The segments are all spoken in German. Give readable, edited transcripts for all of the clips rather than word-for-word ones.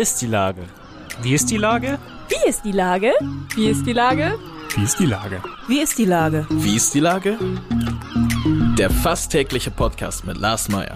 ist die Lage? Wie ist die Lage? Wie ist die Lage? Wie ist die Lage? Wie ist die Lage? Wie ist die Lage? Wie ist die Lage? Der fast tägliche Podcast mit Lars Meyer.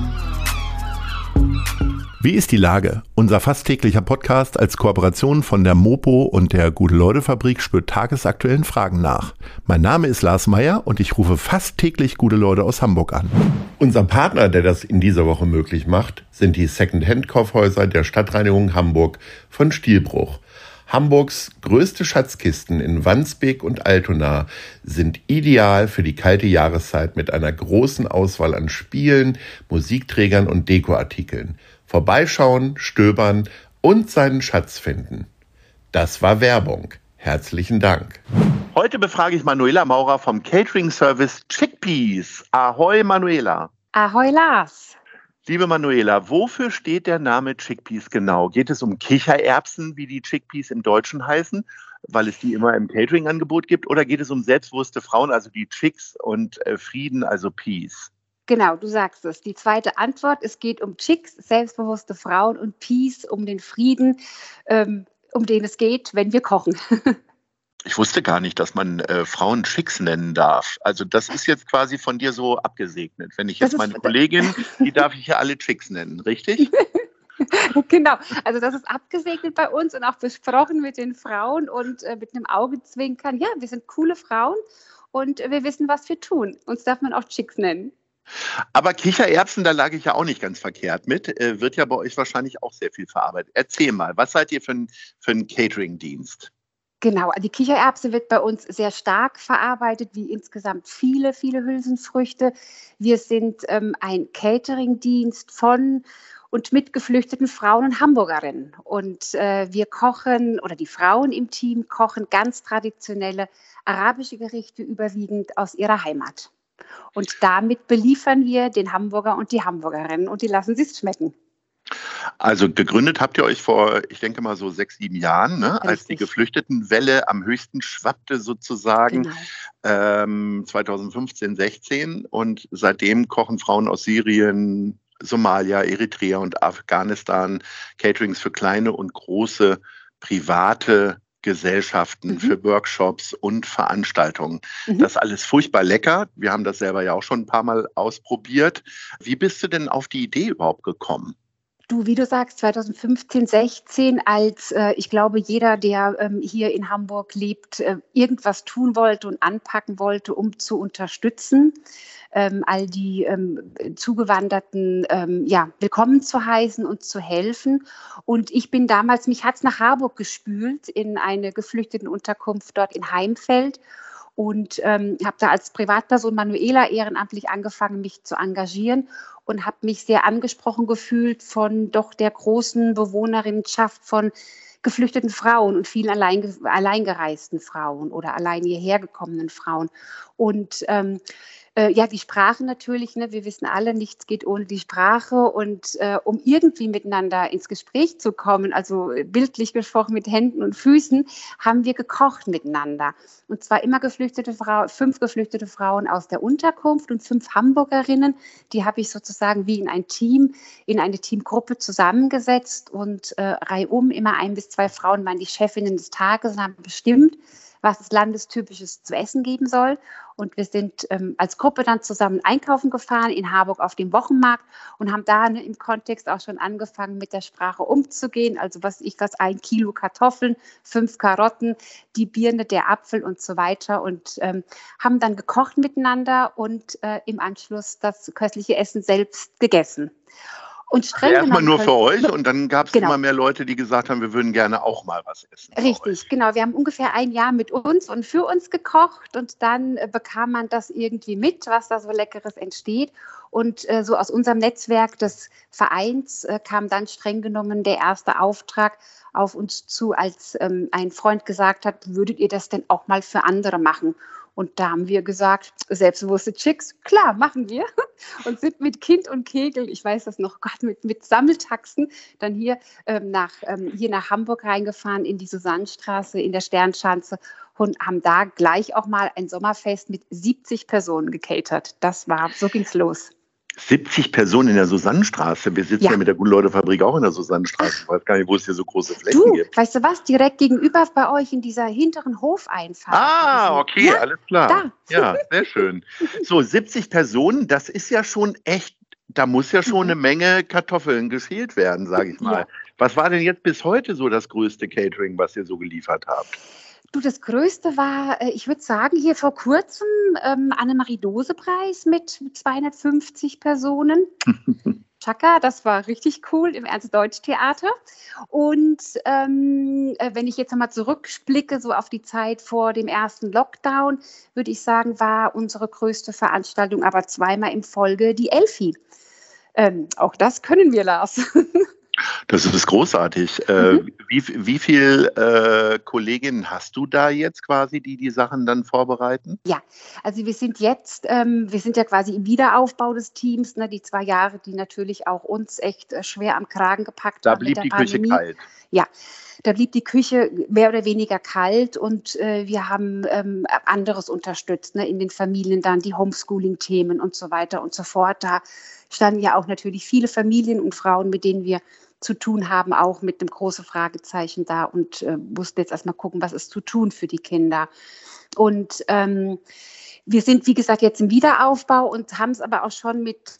Wie ist die Lage? Unser fast täglicher Podcast als Kooperation von der Mopo und der Gute-Leute-Fabrik spürt tagesaktuellen Fragen nach. Mein Name ist Lars Meyer und ich rufe fast täglich gute Leute aus Hamburg an. Unser Partner, der das in dieser Woche möglich macht, sind die Second-Hand-Kaufhäuser der Stadtreinigung Hamburg von Stielbruch. Hamburgs größte Schatzkisten in Wandsbek und Altona sind ideal für die kalte Jahreszeit mit einer großen Auswahl an Spielen, Musikträgern und Dekoartikeln. Vorbeischauen, stöbern und seinen Schatz finden. Das war Werbung. Herzlichen Dank. Heute befrage ich Manuela Maurer vom Catering-Service Chickpeas. Ahoi, Manuela. Ahoi, Lars. Liebe Manuela, wofür steht der Name Chickpeas genau? Geht es um Kichererbsen, wie die Chickpeas im Deutschen heißen, weil es die immer im Catering-Angebot gibt? Oder geht es um selbstbewusste Frauen, also die Chicks, und Frieden, also Peas? Genau, du sagst es. Die zweite Antwort, es geht um Chicks, selbstbewusste Frauen, und Peace, um den Frieden, um den es geht, wenn wir kochen. Ich wusste gar nicht, dass man Frauen Chicks nennen darf. Also das ist jetzt quasi von dir so abgesegnet. Wenn ich jetzt meine Kollegin, die darf ich ja alle Chicks nennen, richtig? Genau, also das ist abgesegnet bei uns und auch besprochen mit den Frauen und mit einem Augenzwinkern. Ja, wir sind coole Frauen und wir wissen, was wir tun. Uns darf man auch Chicks nennen. Aber Kichererbsen, da lag ich ja auch nicht ganz verkehrt mit. Wird ja bei euch wahrscheinlich auch sehr viel verarbeitet. Erzähl mal, was seid ihr für ein Catering-Dienst? Genau, die Kichererbse wird bei uns sehr stark verarbeitet, wie insgesamt viele Hülsenfrüchte. Wir sind ein Catering-Dienst von und mit geflüchteten Frauen und Hamburgerinnen. Und wir kochen, oder die Frauen im Team kochen ganz traditionelle arabische Gerichte, überwiegend aus ihrer Heimat. Und damit beliefern wir den Hamburger und die Hamburgerinnen und die lassen sich schmecken. Also gegründet habt ihr euch vor, ich denke mal so 6, 7 Jahren, ne? Als die Geflüchtetenwelle am höchsten schwappte sozusagen, genau. 2015, 16. Und seitdem kochen Frauen aus Syrien, Somalia, Eritrea und Afghanistan Caterings für kleine und große private Gesellschaften, für Workshops und Veranstaltungen. Das ist alles furchtbar lecker. Wir haben das selber ja auch schon ein paar Mal ausprobiert. Wie bist du denn auf die Idee überhaupt gekommen? Du, wie du sagst, 2015, 16, als ich glaube, jeder, der hier in Hamburg lebt, irgendwas tun wollte und anpacken wollte, um zu unterstützen, all die Zugewanderten willkommen zu heißen und zu helfen. Und ich bin damals, mich hat es nach Harburg gespült, in eine Geflüchtetenunterkunft dort in Heimfeld. Und habe da als Privatperson Manuela ehrenamtlich angefangen, mich zu engagieren und habe mich sehr angesprochen gefühlt von doch der großen Bewohnerinnenschaft von geflüchteten Frauen und vielen alleingereisten Frauen oder allein hierher gekommenen Frauen. Und die Sprache natürlich, ne? Wir wissen alle, nichts geht ohne die Sprache. Und um irgendwie miteinander ins Gespräch zu kommen, also bildlich gesprochen mit Händen und Füßen, haben wir gekocht miteinander. Und zwar immer 5 geflüchtete Frauen aus der Unterkunft und 5 Hamburgerinnen. Die habe ich sozusagen wie in ein Team, in eine Teamgruppe zusammengesetzt. Und reihum immer 1 bis 2 Frauen waren die Chefinnen des Tages und haben bestimmt, was es Landestypisches zu essen geben soll. Und wir sind als Gruppe dann zusammen einkaufen gefahren in Harburg auf dem Wochenmarkt und haben da im Kontext auch schon angefangen, mit der Sprache umzugehen. Also 1 Kilo Kartoffeln, 5 Karotten, die Birne, der Apfel und so weiter. Und haben dann gekocht miteinander und im Anschluss das köstliche Essen selbst gegessen. Und streng erstmal nur für euch und dann gab es immer mehr Leute, die gesagt haben, wir würden gerne auch mal was essen. Richtig, genau. Wir haben ungefähr 1 Jahr mit uns und für uns gekocht und dann bekam man das irgendwie mit, was da so Leckeres entsteht. Und so aus unserem Netzwerk des Vereins kam dann streng genommen der erste Auftrag auf uns zu, als ein Freund gesagt hat, würdet ihr das denn auch mal für andere machen? Und da haben wir gesagt, selbstbewusste Chicks, klar, machen wir. Und sind mit Kind und Kegel, ich weiß das noch, Gott, mit Sammeltaxen dann hier nach Hamburg reingefahren, in die Susannenstraße, in der Sternschanze und haben da gleich auch mal ein Sommerfest mit 70 Personen gecatert. So ging's los. 70 Personen in der Susannenstraße. Wir sitzen ja mit der Gute-Leute-Fabrik auch in der Susannenstraße. Ich weiß gar nicht, wo es hier so große Flächen gibt. Weißt du was? Direkt gegenüber bei euch in dieser hinteren Hofeinfahrt. Ah, okay, ja, alles klar. Da. Ja, sehr schön. So, 70 Personen, das ist ja schon echt, da muss ja schon eine Menge Kartoffeln geschält werden, sage ich mal. Ja. Was war denn jetzt bis heute so das größte Catering, was ihr so geliefert habt? Du, das Größte war, ich würde sagen, hier vor kurzem Annemarie-Dose-Preis mit 250 Personen. Chaka, das war richtig cool im Ernst-Deutsch-Theater. Und wenn ich jetzt einmal zurückblicke, so auf die Zeit vor dem ersten Lockdown, würde ich sagen, war unsere größte Veranstaltung aber zweimal in Folge die Elfi. Auch das können wir, Lars. Das ist großartig. Wie viele Kolleginnen hast du da jetzt quasi, die Sachen dann vorbereiten? Ja, also wir sind ja quasi im Wiederaufbau des Teams, ne, die 2 Jahre, die natürlich auch uns echt schwer am Kragen gepackt haben. Da blieb die Küche kalt. Ja, da blieb die Küche mehr oder weniger kalt und wir haben anderes unterstützt, ne, in den Familien dann die Homeschooling-Themen und so weiter und so fort. Da standen ja auch natürlich viele Familien und Frauen, mit denen wir zu tun haben, auch mit einem großen Fragezeichen da und mussten jetzt erstmal gucken, was ist zu tun für die Kinder. Und wir sind, wie gesagt, jetzt im Wiederaufbau und haben es aber auch schon mit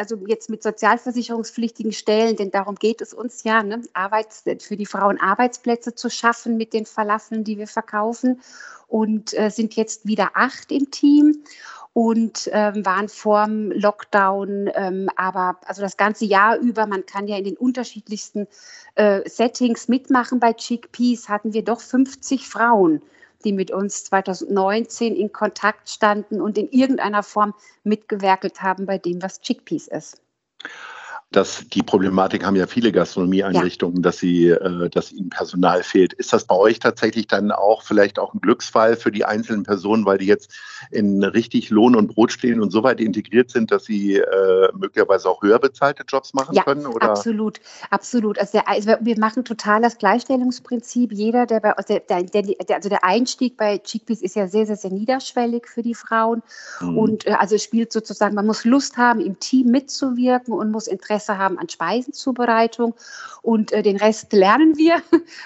sozialversicherungspflichtigen Stellen, denn darum geht es uns ja, ne, für die Frauen Arbeitsplätze zu schaffen mit den Falafeln, die wir verkaufen, und sind jetzt wieder 8 im Team. Und waren vorm Lockdown, aber also das ganze Jahr über, man kann ja in den unterschiedlichsten Settings mitmachen. Bei Chickpeas hatten wir doch 50 Frauen, die mit uns 2019 in Kontakt standen und in irgendeiner Form mitgewerkelt haben bei dem, was Chickpeas ist. Die Problematik haben ja viele Gastronomieeinrichtungen, dass ihnen Personal fehlt. Ist das bei euch tatsächlich dann auch vielleicht auch ein Glücksfall für die einzelnen Personen, weil die jetzt in richtig Lohn und Brot stehen und so weit integriert sind, dass sie möglicherweise auch höher bezahlte Jobs machen können? Oder? Ja, absolut. Also wir machen total das Gleichstellungsprinzip. Jeder, der Einstieg bei Chickpeas ist ja sehr, sehr, sehr niederschwellig für die Frauen. Und also es spielt sozusagen, man muss Lust haben, im Team mitzuwirken und muss Interesse haben an Speisenzubereitung, und den Rest lernen wir.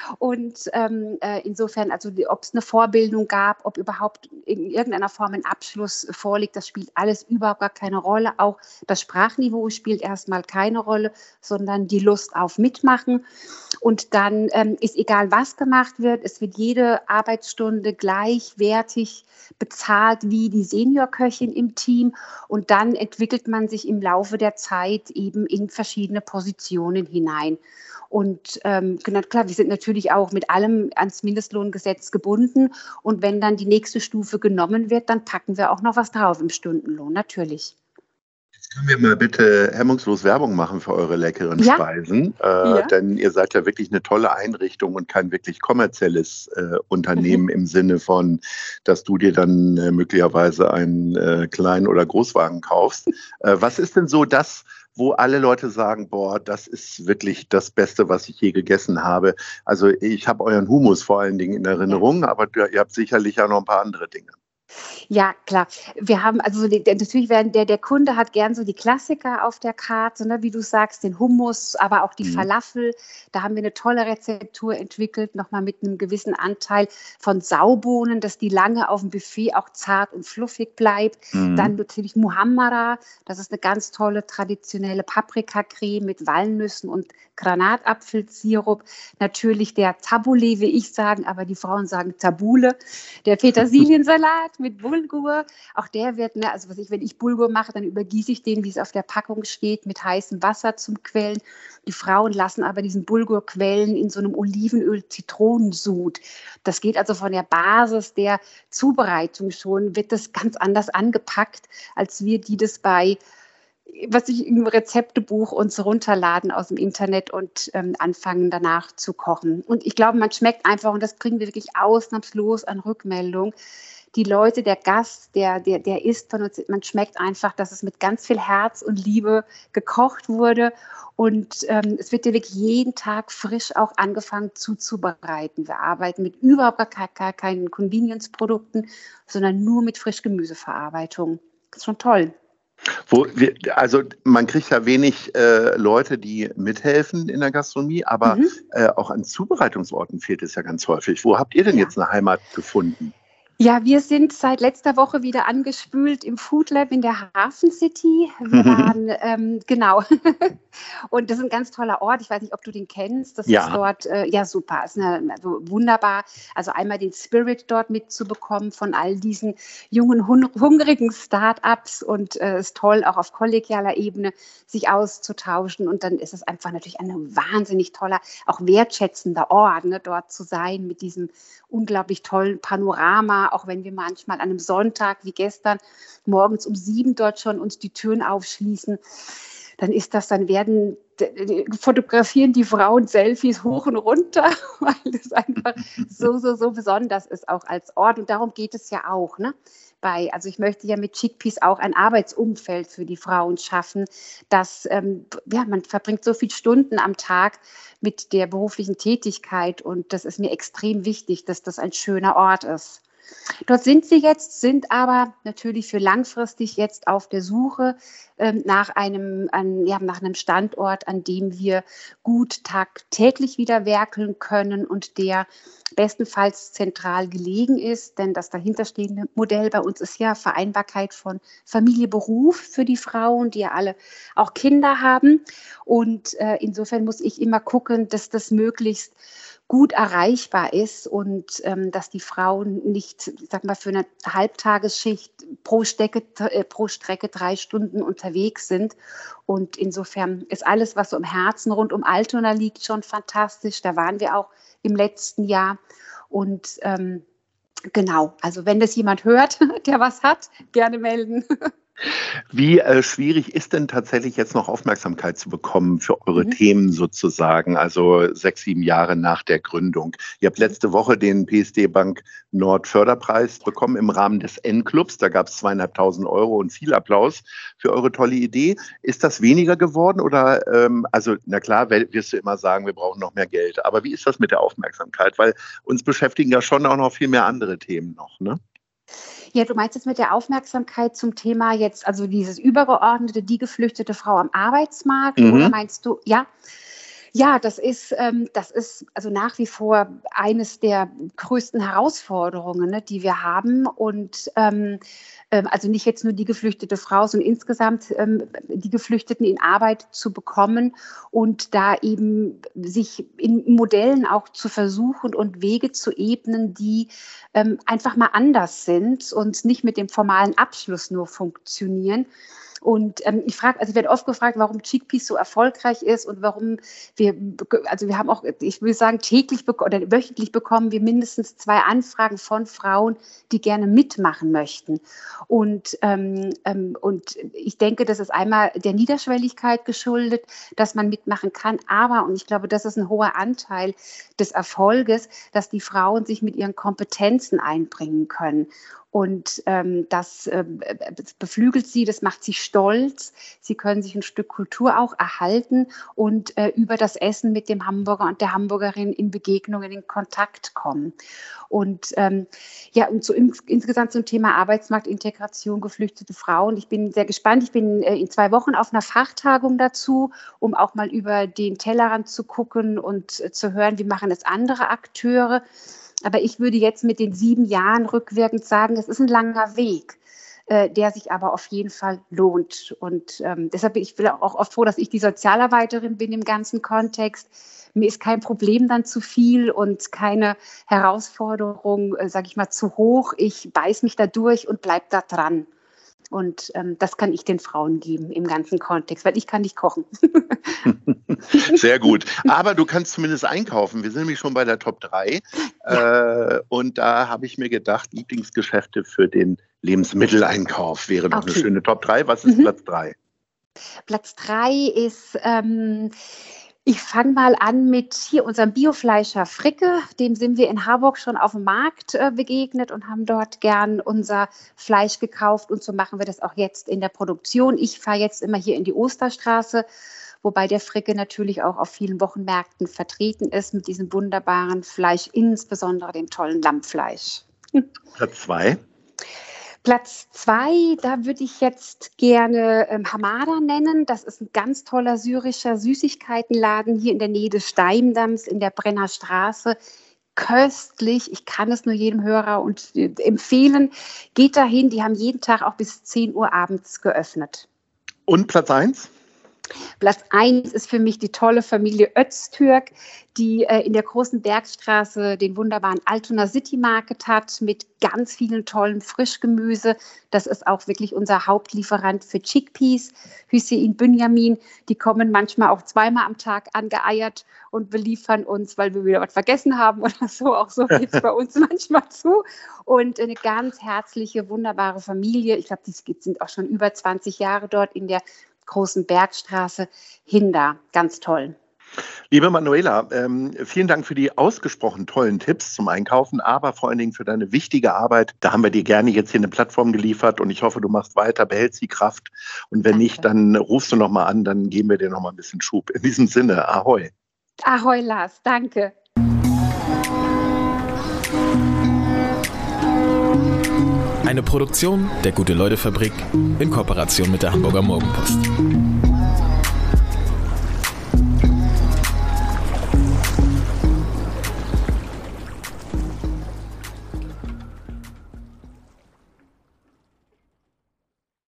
Und insofern, also ob es eine Vorbildung gab, ob überhaupt in irgendeiner Form ein Abschluss vorliegt, das spielt alles überhaupt gar keine Rolle. Auch das Sprachniveau spielt erstmal keine Rolle, sondern die Lust auf Mitmachen. Und dann ist egal, was gemacht wird, es wird jede Arbeitsstunde gleichwertig bezahlt wie die Seniorköchin im Team. Und dann entwickelt man sich im Laufe der Zeit eben in verschiedene Positionen hinein. Und klar, wir sind natürlich auch mit allem ans Mindestlohngesetz gebunden. Und wenn dann die nächste Stufe genommen wird, dann packen wir auch noch was drauf im Stundenlohn, natürlich. Jetzt können wir mal bitte hemmungslos Werbung machen für eure leckeren Speisen. Denn ihr seid ja wirklich eine tolle Einrichtung und kein wirklich kommerzielles Unternehmen im Sinne von, dass du dir dann möglicherweise einen Klein- oder Großwagen kaufst. Was ist denn so das, wo alle Leute sagen, boah, das ist wirklich das Beste, was ich je gegessen habe? Also ich habe euren Hummus vor allen Dingen in Erinnerung, aber ihr habt sicherlich auch noch ein paar andere Dinge. Ja, klar. Wir haben, also natürlich der Kunde hat gern so die Klassiker auf der Karte, ne, wie du sagst, den Hummus, aber auch die Falafel. Da haben wir eine tolle Rezeptur entwickelt, nochmal mit einem gewissen Anteil von Saubohnen, dass die lange auf dem Buffet auch zart und fluffig bleibt. Dann natürlich Muhammara, das ist eine ganz tolle traditionelle Paprikacreme mit Walnüssen und Granatapfelsirup. Natürlich der Tabbouleh, wie ich sagen, aber die Frauen sagen Tabbouleh. Der Petersiliensalat mit Bulgur. Auch der wird, ne, also wenn ich Bulgur mache, dann übergieße ich den, wie es auf der Packung steht, mit heißem Wasser zum Quellen. Die Frauen lassen aber diesen Bulgur quellen in so einem Olivenöl-Zitronensud. Das geht also von der Basis der Zubereitung schon, wird das ganz anders angepackt, als wir das was ich im Rezeptebuch uns runterladen aus dem Internet und anfangen danach zu kochen. Und ich glaube, man schmeckt einfach, und das kriegen wir wirklich ausnahmslos an Rückmeldung, die Leute, der Gast, der isst von uns, man schmeckt einfach, dass es mit ganz viel Herz und Liebe gekocht wurde. Und es wird ja wirklich jeden Tag frisch auch angefangen zuzubereiten. Wir arbeiten mit überhaupt gar keinen Convenience-Produkten, sondern nur mit Frischgemüseverarbeitung. Das ist schon toll. Also man kriegt ja wenig Leute, die mithelfen in der Gastronomie, aber auch an Zubereitungsorten fehlt es ja ganz häufig. Wo habt ihr denn jetzt eine Heimat gefunden? Ja, wir sind seit letzter Woche wieder angespült im Food Lab in der Hafen City. Wir waren, genau, und das ist ein ganz toller Ort. Ich weiß nicht, ob du den kennst. Das ist dort, ja super, ist also wunderbar. Also einmal den Spirit dort mitzubekommen von all diesen jungen, hungrigen Start-ups und es ist toll, auch auf kollegialer Ebene sich auszutauschen. Und dann ist es einfach natürlich ein wahnsinnig toller, auch wertschätzender Ort, ne, dort zu sein mit diesem unglaublich tollen Panorama, auch wenn wir manchmal an einem Sonntag wie gestern morgens um 7 dort schon uns die Türen aufschließen, dann fotografieren die Frauen Selfies hoch und runter, weil es einfach so besonders ist, auch als Ort. Und darum geht es ja auch, ne? Also ich möchte ja mit Chickpeas auch ein Arbeitsumfeld für die Frauen schaffen, dass man verbringt so viele Stunden am Tag mit der beruflichen Tätigkeit und das ist mir extrem wichtig, dass das ein schöner Ort ist. Dort sind sie jetzt, sind aber natürlich für langfristig jetzt auf der Suche nach einem Standort, an dem wir gut tagtäglich wieder werkeln können und der bestenfalls zentral gelegen ist, denn das dahinterstehende Modell bei uns ist ja Vereinbarkeit von Familie, Beruf für die Frauen, die ja alle auch Kinder haben und insofern muss ich immer gucken, dass das möglichst gut erreichbar ist und dass die Frauen nicht, ich sag mal, für eine Halbtagesschicht pro Strecke 3 Stunden unterwegs sind. Und insofern ist alles, was so im Herzen rund um Altona liegt, schon fantastisch. Da waren wir auch im letzten Jahr. Und genau, also wenn das jemand hört, der was hat, gerne melden. Wie schwierig ist denn tatsächlich jetzt noch Aufmerksamkeit zu bekommen für eure Themen sozusagen, also 6, 7 Jahre nach der Gründung? Ihr habt letzte Woche den PSD Bank Nord Förderpreis bekommen im Rahmen des N-Clubs. Da gab es 2.500 € und viel Applaus für eure tolle Idee. Ist das weniger geworden oder, also na klar, wirst du immer sagen, wir brauchen noch mehr Geld. Aber wie ist das mit der Aufmerksamkeit? Weil uns beschäftigen ja schon auch noch viel mehr andere Themen noch, ne? Ja, du meinst jetzt mit der Aufmerksamkeit zum Thema jetzt, also dieses übergeordnete, die geflüchtete Frau am Arbeitsmarkt, oder meinst du, ja? Ja, das ist also nach wie vor eines der größten Herausforderungen, ne, die wir haben. Und also nicht jetzt nur die geflüchtete Frau, sondern insgesamt die Geflüchteten in Arbeit zu bekommen und da eben sich in Modellen auch zu versuchen und Wege zu ebnen, die einfach mal anders sind und nicht mit dem formalen Abschluss nur funktionieren. Und ich werde oft gefragt, warum Chickpeas so erfolgreich ist und warum wir haben auch, ich würde sagen, wöchentlich bekommen wir mindestens 2 Anfragen von Frauen, die gerne mitmachen möchten. Und ich denke, das ist einmal der Niederschwelligkeit geschuldet, dass man mitmachen kann. Aber, und ich glaube, das ist ein hoher Anteil des Erfolges, dass die Frauen sich mit ihren Kompetenzen einbringen können. Und das beflügelt sie, das macht sie stolz. Sie können sich ein Stück Kultur auch erhalten und über das Essen mit dem Hamburger und der Hamburgerin in Begegnungen, in Kontakt kommen. Und und so insgesamt zum Thema Arbeitsmarktintegration, geflüchtete Frauen. Ich bin sehr gespannt. Ich bin in 2 Wochen auf einer Fachtagung dazu, um auch mal über den Tellerrand zu gucken und zu hören, wie machen es andere Akteure. Aber ich würde jetzt mit den 7 Jahren rückwirkend sagen, es ist ein langer Weg, der sich aber auf jeden Fall lohnt. Und deshalb bin ich auch oft froh, dass ich die Sozialarbeiterin bin im ganzen Kontext. Mir ist kein Problem dann zu viel und keine Herausforderung, sage ich mal, zu hoch. Ich beiß mich da durch und bleib da dran. Und das kann ich den Frauen geben im ganzen Kontext, weil ich kann nicht kochen. Sehr gut. Aber du kannst zumindest einkaufen. Wir sind nämlich schon bei der Top 3. Und da habe ich mir gedacht, Lieblingsgeschäfte für den Lebensmitteleinkauf wäre doch eine schöne Top 3. Was ist Platz 3? Platz 3 ist... ich fange mal an mit hier unserem Biofleischer Fricke. Dem sind wir in Harburg schon auf dem Markt begegnet und haben dort gern unser Fleisch gekauft. Und so machen wir das auch jetzt in der Produktion. Ich fahre jetzt immer hier in die Osterstraße, wobei der Fricke natürlich auch auf vielen Wochenmärkten vertreten ist mit diesem wunderbaren Fleisch, insbesondere dem tollen Lammfleisch. Platz 2? Platz 2, da würde ich jetzt gerne Hamada nennen. Das ist ein ganz toller syrischer Süßigkeitenladen hier in der Nähe des Steimdamms in der Brenner Straße. Köstlich, ich kann es nur jedem Hörer empfehlen. Geht dahin, die haben jeden Tag auch bis 10 Uhr abends geöffnet. Und Platz 1? Platz 1 ist für mich die tolle Familie Öztürk, die in der Großen Bergstraße den wunderbaren Altona City Market hat mit ganz vielen tollen Frischgemüse. Das ist auch wirklich unser Hauptlieferant für Chickpeas. Hüseyin Bünyamin, die kommen manchmal auch 2-mal am Tag angeeiert und beliefern uns, weil wir wieder was vergessen haben oder so. Auch so geht es bei uns manchmal zu. Und eine ganz herzliche, wunderbare Familie. Ich glaube, die sind auch schon über 20 Jahre dort in der Großen Bergstraße. Hinda, ganz toll. Liebe Manuela, vielen Dank für die ausgesprochen tollen Tipps zum Einkaufen, aber vor allen Dingen für deine wichtige Arbeit. Da haben wir dir gerne jetzt hier eine Plattform geliefert und ich hoffe, du machst weiter, behältst die Kraft. Und wenn nicht, dann rufst du nochmal an, dann geben wir dir nochmal ein bisschen Schub. In diesem Sinne, ahoi. Ahoi, Lars, danke. Eine Produktion der Gute-Leute-Fabrik in Kooperation mit der Hamburger Morgenpost.